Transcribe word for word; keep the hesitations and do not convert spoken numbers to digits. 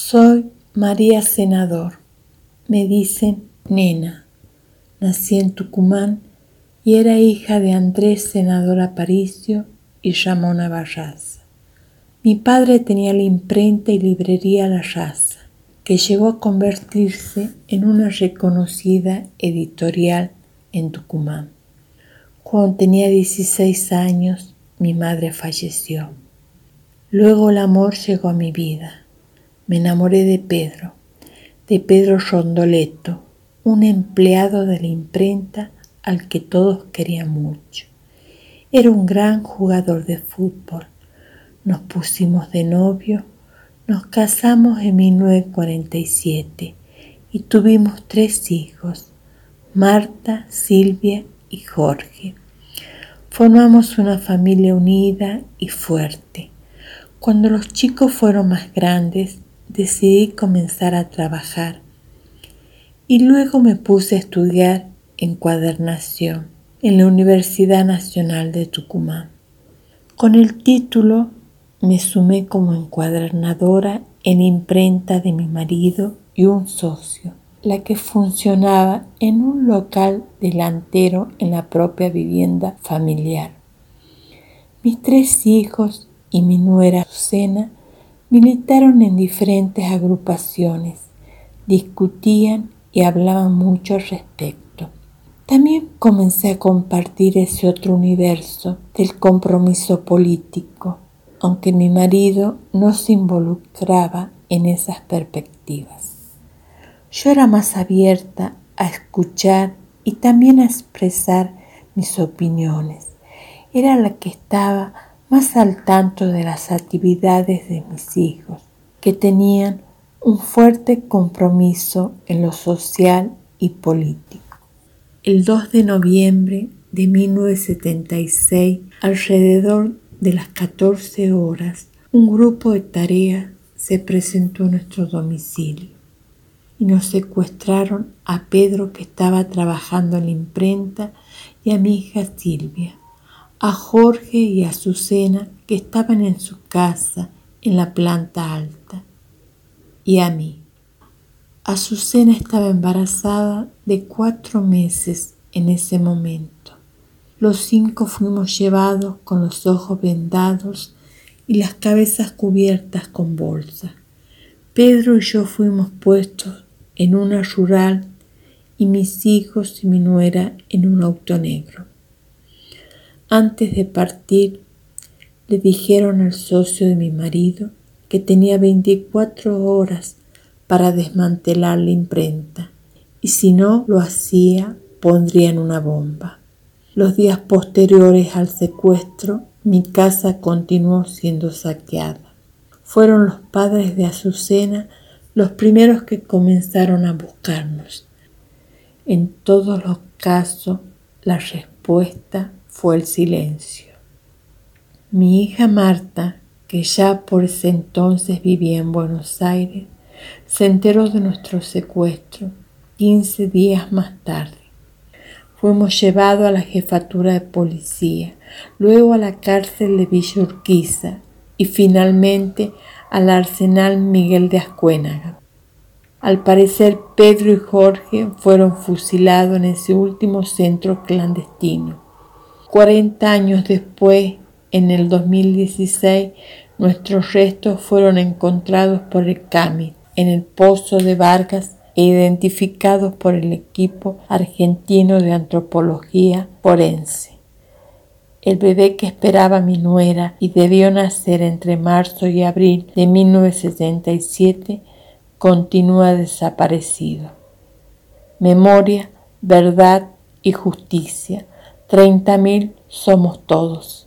Soy María Senador. Me dicen Nena. Nací en Tucumán y era hija de Andrés Senador Aparicio y Ramona Barraza. Mi padre tenía la imprenta y librería La Raza, que llegó a convertirse en una reconocida editorial en Tucumán. Cuando tenía dieciséis años, mi madre falleció. Luego el amor llegó a mi vida. Me enamoré de Pedro, de Pedro Rondoletto, un empleado de la imprenta al que todos querían mucho. Era un gran jugador de fútbol. Nos pusimos de novio, nos casamos en mil novecientos cuarenta y siete y tuvimos tres hijos, Marta, Silvia y Jorge. Formamos una familia unida y fuerte. Cuando los chicos fueron más grandes, decidí comenzar a trabajar y luego me puse a estudiar encuadernación en la Universidad Nacional de Tucumán. Con el título me sumé como encuadernadora en imprenta de mi marido y un socio, la que funcionaba en un local delantero en la propia vivienda familiar. Mis tres hijos y mi nuera Azucena militaron en diferentes agrupaciones, discutían y hablaban mucho al respecto. También comencé a compartir ese otro universo del compromiso político, aunque mi marido no se involucraba en esas perspectivas. Yo era más abierta a escuchar y también a expresar mis opiniones. Era la que estaba más al tanto de las actividades de mis hijos, que tenían un fuerte compromiso en lo social y político. El dos de noviembre de mil novecientos setenta y seis, alrededor de las catorce horas, un grupo de tareas se presentó en nuestro domicilio y nos secuestraron a Pedro, que estaba trabajando en la imprenta, y a mi hija Silvia, a Jorge y a Azucena, que estaban en su casa en la planta alta, y a mí. Azucena estaba embarazada de cuatro meses en ese momento. Los cinco fuimos llevados con los ojos vendados y las cabezas cubiertas con bolsa. Pedro y yo fuimos puestos en una rural y mis hijos y mi nuera en un auto negro. Antes de partir, le dijeron al socio de mi marido que tenía veinticuatro horas para desmantelar la imprenta y si no lo hacía, pondrían una bomba. Los días posteriores al secuestro, mi casa continuó siendo saqueada. Fueron los padres de Azucena los primeros que comenzaron a buscarnos. En todos los casos, la respuesta fue el silencio. Mi hija Marta, que ya por ese entonces vivía en Buenos Aires, se enteró de nuestro secuestro quince días más tarde. Fuimos llevados a la jefatura de policía, luego a la cárcel de Villa Urquiza y finalmente al Arsenal Miguel de Ascuénaga. Al parecer, Pedro y Jorge fueron fusilados en ese último centro clandestino. Cuarenta años después, en el dos mil dieciséis, nuestros restos fueron encontrados por el CAMI en el Pozo de Vargas e identificados por el equipo argentino de antropología forense. El bebé que esperaba mi nuera y debió nacer entre marzo y abril de mil novecientos setenta y siete continúa desaparecido. Memoria, verdad y justicia. treinta mil somos todos.